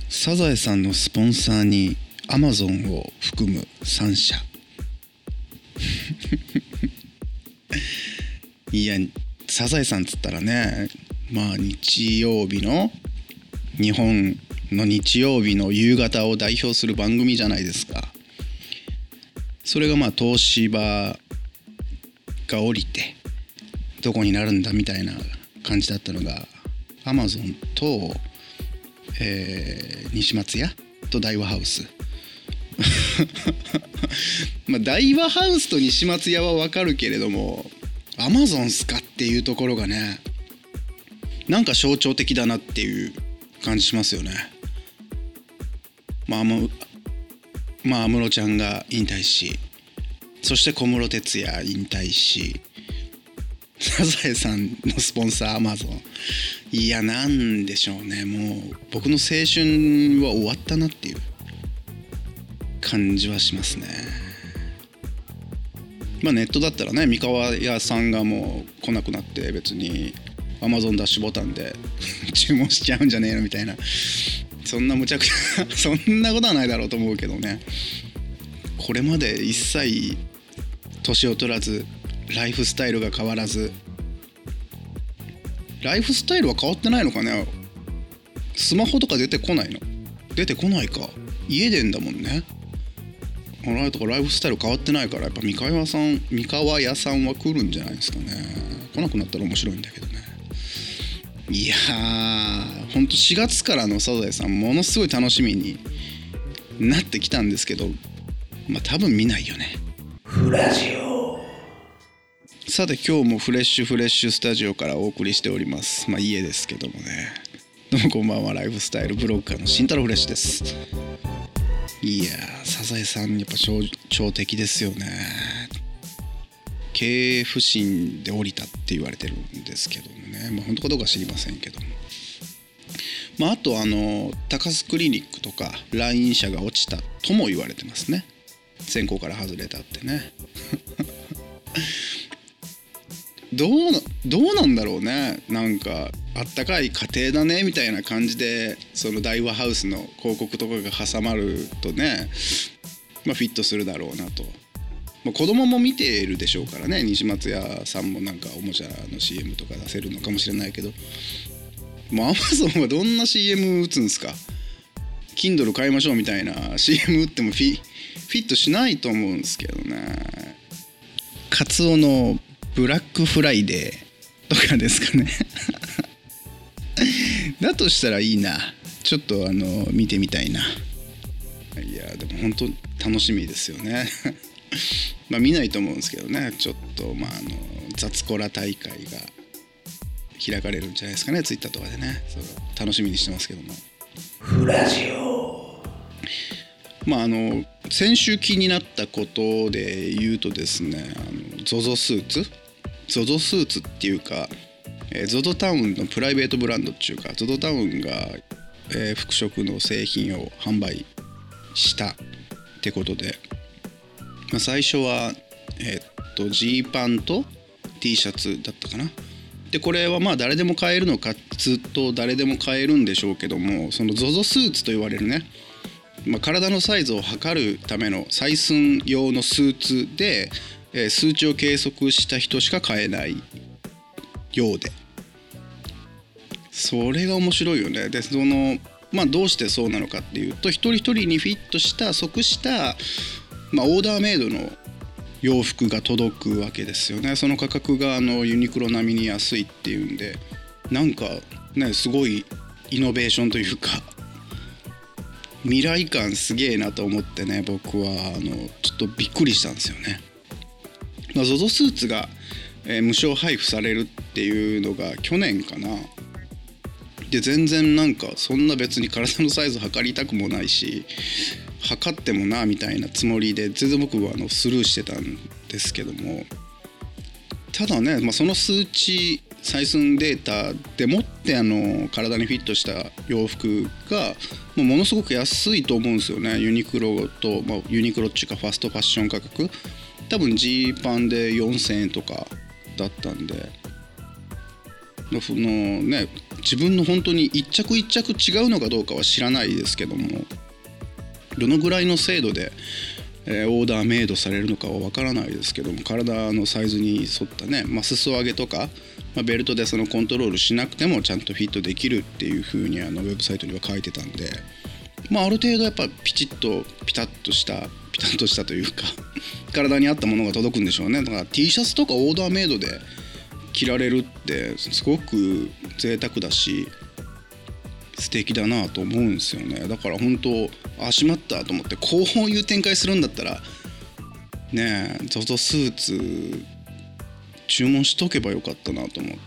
サザエさんのスポンサーにアマゾンを含む3社いやサザエさんっつったらね、まあ日曜日の日本の日曜日の夕方を代表する番組じゃないですか。それがまあ東芝が降りてどこになるんだみたいな感じだったのがアマゾンと、西松屋と大和ハウスまあ大和ハウスと西松屋は分かるけれどもアマゾンっすかっていうところがね、なんか象徴的だなっていう感じしますよね。まあ安室ちゃんが引退し、そして小室哲哉引退し、サザエさんのスポンサーアマゾン、いやなんでしょうね、もう僕の青春は終わったなっていう感じはしますね。まあネットだったらね、三河屋さんがもう来なくなって別にアマゾンダッシュボタンで注文しちゃうんじゃねえのみたいな、そんな無茶苦茶そんなことはないだろうと思うけどね。これまで一切年を取らずライフスタイルが変わらず、ライフスタイルは変わってないのかね。スマホとか出てこないの？出てこないか、家でんだもんね。あれとかライフスタイル変わってないから、やっぱ三河屋さんは来るんじゃないですかね。来なくなったら面白いんだけどね。いやーほんと4月からのサザエさんものすごい楽しみになってきたんですけど、まあ多分見ないよね。フラジオ。さて今日もフレッシュスタジオからお送りしております。まあ家ですけどもね。どうもこんばんは。ライフスタイルブログカーの慎太郎フレッシュです。いやーサザエさんやっぱ象徴的ですよね。経営不振で降りたって言われてるんですけどもね、まあ本当かどうか知りませんけども、まああと高須クリニックとか来院者が落ちたとも言われてますね。選考から外れたってねどうなんだろうね。なんかあったかい家庭だねみたいな感じで、その大和ハウスの広告とかが挟まるとね、まあフィットするだろうなと。まあ、子供も見ているでしょうからね。西松屋さんもなんかおもちゃの CM とか出せるのかもしれないけど、もうアマゾンはどんな CM 打つんすか。 Kindle 買いましょうみたいな CM 打ってもフィットしないと思うんですけどね。カツオのブラックフライデーとかですかねだとしたらいいな。ちょっと見てみたいな。いやでも本当楽しみですよねまあ見ないと思うんですけどね。ちょっとまあ雑コラ大会が開かれるんじゃないですかね、ツイッターとかでね。そう楽しみにしてますけども。フラジオ。まあ先週気になったことで言うとですね、ZOZO スーツっていうか、ZOZO タウンのプライベートブランドっていうか、 ZOZO タウンが、服飾の製品を販売したってことで、まあ、最初はジーパンと T シャツだったかな。でこれはまあ誰でも買えるのか、ずっと誰でも買えるんでしょうけども、その ZOZO スーツと言われるね、まあ、体のサイズを測るための採寸用のスーツで、数値を計測した人しか買えないようで、それが面白いよね。でまあどうしてそうなのかっていうと、一人一人にフィットした即した、まあ、オーダーメイドの洋服が届くわけですよね。その価格がユニクロ並みに安いっていうんで、なんかねすごいイノベーションというか未来感すげえなと思ってね、僕はちょっとびっくりしたんですよね。まあ、ZOZO スーツが、無償配布されるっていうのが去年かな。で全然なんかそんな別に体のサイズ測りたくもないし、測ってもなみたいなつもりで全然僕はスルーしてたんですけども、ただね、まあ、その数値採寸データでもって体にフィットした洋服がものすごく安いと思うんですよね。ユニクロと、まあ、ユニクロっていうかファストファッション価格、多分ジーパンで4000円とかだったんで、そのね自分の本当に一着一着違うのかどうかは知らないですけども、どのぐらいの精度でオーダーメイドされるのかは分からないですけども、体のサイズに沿ったね、裾上げとか、ベルトでそのコントロールしなくてもちゃんとフィットできるっていう風にウェブサイトには書いてたんで、ある程度やっぱピタッとしたというか体に合ったものが届くんでしょうね。だから T シャツとかオーダーメイドで着られるってすごく贅沢だし素敵だなと思うんですよね。だから本当しまったと思って、こういう展開するんだったらねえ ZOZO スーツ注文しとけばよかったなと思って、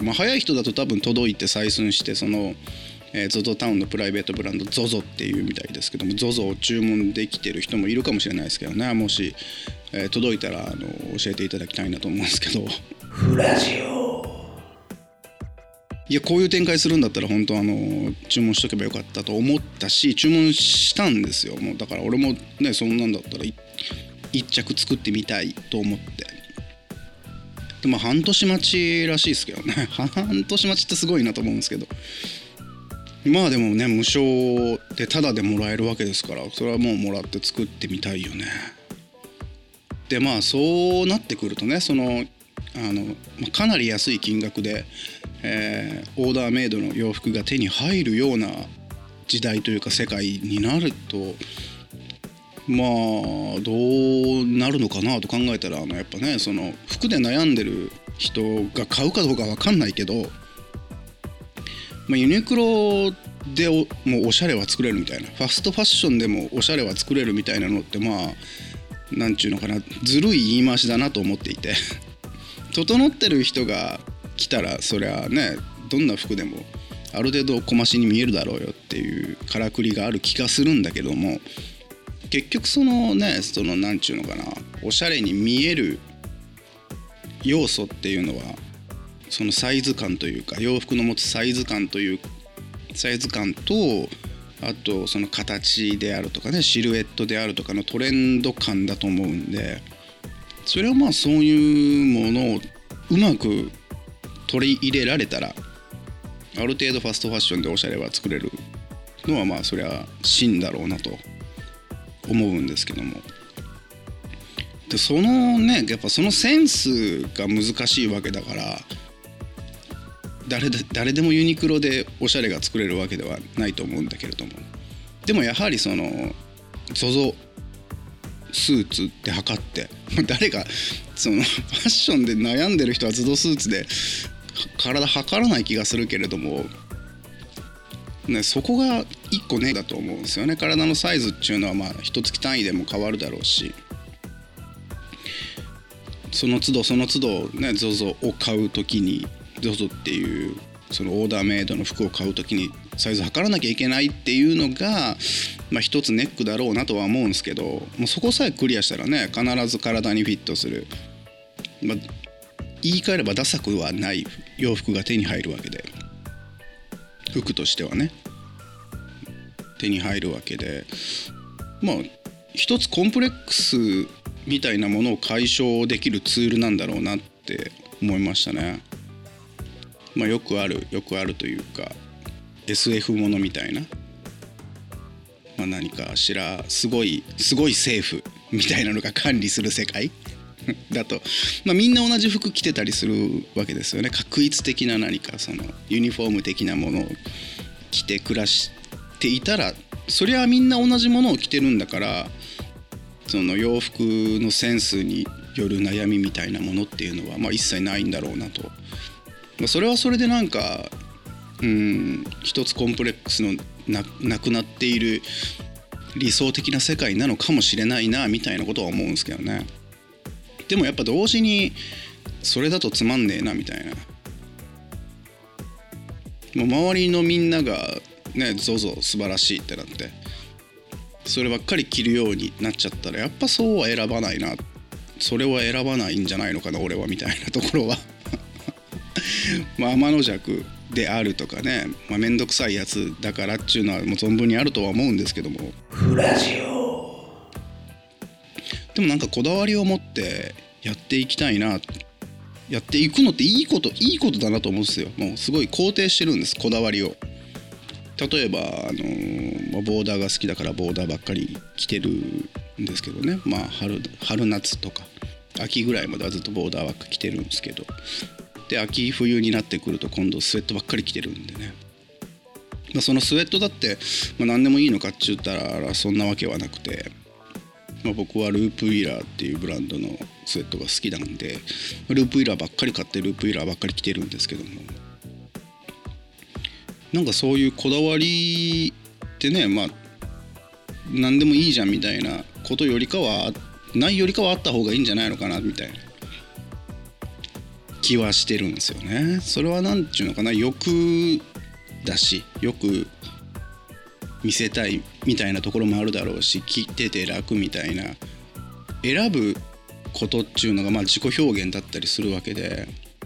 早い人だと多分届いて採寸してそのZOZO タウンのプライベートブランド ZOZO っていうみたいですけども、 ZOZO を注文できてる人もいるかもしれないですけどね、もし、届いたら教えていただきたいなと思うんですけど、フラジオいやこういう展開するんだったら本当注文しとけばよかったと思ったし、注文したんですよ。もうだから俺もねそんなんだったら一着作ってみたいと思って、で半年待ちらしいですけどね半年待ちってすごいなと思うんですけど、でもね無償でタダでもらえるわけですから、それはもうもらって作ってみたいよね。でそうなってくるとね、かなり安い金額で、オーダーメイドの洋服が手に入るような時代というか世界になると、どうなるのかなと考えたら、やっぱねその服で悩んでる人が買うかどうか分かんないけど、ユニクロでもうおしゃれは作れるみたいな、ファストファッションでもおしゃれは作れるみたいなのってなんちゅうのかな、ずるい言い回しだなと思っていて整ってる人が来たらそりゃねどんな服でもある程度小増しに見えるだろうよっていうからくりがある気がするんだけども、結局なんちゅうのかな、おしゃれに見える要素っていうのはそのサイズ感というか、洋服の持つサイズ感とあとその形であるとかね、シルエットであるとかのトレンド感だと思うんで、それはそういうものをうまく取り入れられたらある程度ファストファッションでおしゃれは作れるのはそれは真だろうなと思うんですけども、でそのねやっぱそのセンスが難しいわけだから、誰でもユニクロでおしゃれが作れるわけではないと思うんだけれども、でもやはりその ZOZO スーツって測って誰がそのファッションで悩んでる人は ZOZO スーツで体測らない気がするけれども、ね、そこが一個ねだと思うんですよね。体のサイズっていうのは一月単位でも変わるだろうし、その都度ね ZOZO を買うときに ZOZO っていうそのオーダーメイドの服を買うときにサイズ測らなきゃいけないっていうのが一つネックだろうなとは思うんですけど、もうそこさえクリアしたらね必ず体にフィットする、言い換えればダサくはない洋服が手に入るわけで、服としてはね手に入るわけで、一つコンプレックスみたいなものを解消できるツールなんだろうなって思いましたね。よくあるというか SF ものみたいな、何かしらすごい政府みたいなのが管理する世界だと、みんな同じ服着てたりするわけですよね。画一的な何かそのユニフォーム的なものを着て暮らしていたら、そりゃみんな同じものを着てるんだから、その洋服のセンスによる悩みみたいなものっていうのは一切ないんだろうなと。それはそれでなんか一つコンプレックスのなくなっている理想的な世界なのかもしれないなみたいなことは思うんですけどね。でもやっぱ同時にそれだとつまんねえなみたいな、もう周りのみんながね ZOZO 素晴らしいってなってそればっかり着るようになっちゃったら、やっぱそうは選ばないな、それは選ばないんじゃないのかな俺はみたいなところは天の弱であるとかね、めんどくさいやつだからっていうのはもう存分にあるとは思うんですけども、フラジオでもなんかこだわりを持ってやっていきたいな、 やっていくのっていいことだなと思うんですよ。もうすごい肯定してるんです、こだわりを。例えばボーダーが好きだからボーダーばっかり着てるんですけどね。まあ春夏とか秋ぐらいまではずっとボーダーばっか着てるんですけど、で秋冬になってくると今度スウェットばっかり着てるんでね。そのスウェットだって、何でもいいのかって言ったらそんなわけはなくて、僕はループウィーラーっていうブランドのスウェットが好きなんで、ループウィーラーばっかり買ってループウィーラーばっかり着てるんですけども、なんかそういうこだわりってね、何でもいいじゃんみたいなことよりかはないよりかはあった方がいいんじゃないのかなみたいな気はしてるんですよね。それはなんていうのかな、欲だし、よく見せたいみたいなところもあるだろうし、着てて楽みたいな選ぶことっていうのが自己表現だったりするわけで、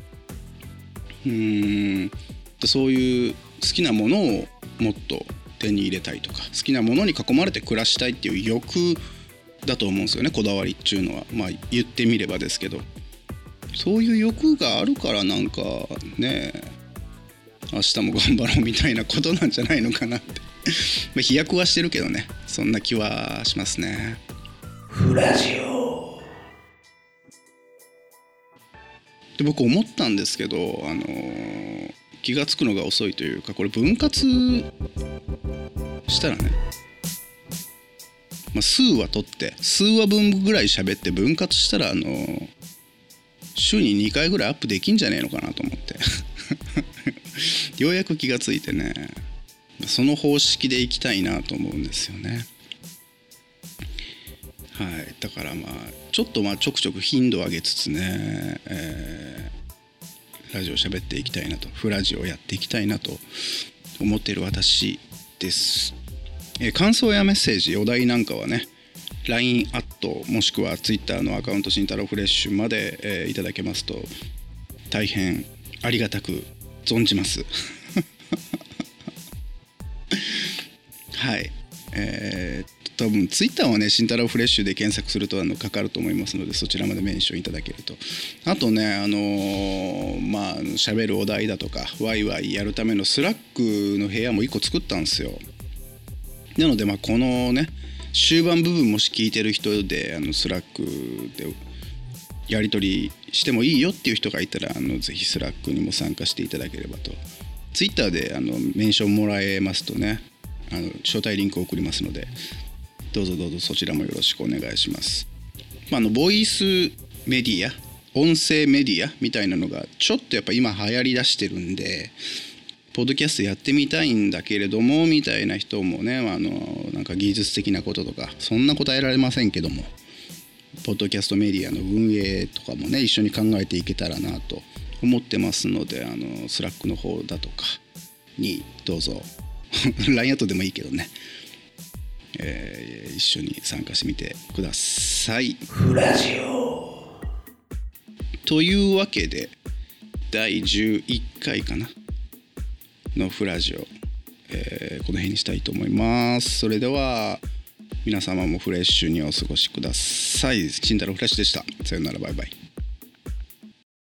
そういう好きなものをもっと手に入れたいとか、好きなものに囲まれて暮らしたいっていう欲だと思うんですよね、こだわりっていうのは。言ってみればですけど、そういう欲があるからなんかね、明日も頑張ろうみたいなことなんじゃないのかなって飛躍はしてるけどね、そんな気はしますね。フラジオで、僕思ったんですけど、気がつくのが遅いというか、これ分割したらね、数話取って数話分ぐらい喋って分割したら週に2回ぐらいアップできんじゃねえのかなと思ってようやく気がついてね、その方式でいきたいなと思うんですよね。はい、だからちょっとちょくちょく頻度を上げつつね、ラジオ喋っていきたいなと、フラジオをやっていきたいなと思っている私です。感想やメッセージ、お題なんかはね LINE アットもしくは Twitter のアカウント慎太郎フレッシュまで、いただけますと大変ありがたく存じますはい、多分 Twitter はね慎太郎フレッシュで検索するとかかると思いますので、そちらまでメンションいただけると。あとね喋るお題だとかワイワイやるためのスラックの部屋も1個作ったんですよ。なのでこのね終盤部分もし聞いてる人でスラックでやり取りしてもいいよっていう人がいたらぜひスラックにも参加していただければと。ツイッターでメンションもらえますとね招待リンクを送りますので、どうぞそちらもよろしくお願いします。ボイスメディア、音声メディアみたいなのがちょっとやっぱ今流行りだしてるんで、ポッドキャストやってみたいんだけれどもみたいな人もね、なんか技術的なこととかそんな答えられませんけども、ポッドキャストメディアの運営とかもね一緒に考えていけたらなと思ってますので、スラックの方だとかにどうぞLINE アットでもいいけどね、一緒に参加してみてください。フラジオというわけで第11回かなのフラジオ、この辺にしたいと思います。それでは皆様もフレッシュにお過ごしください。慎太郎フレッシュでした。さよなら、バイバイ。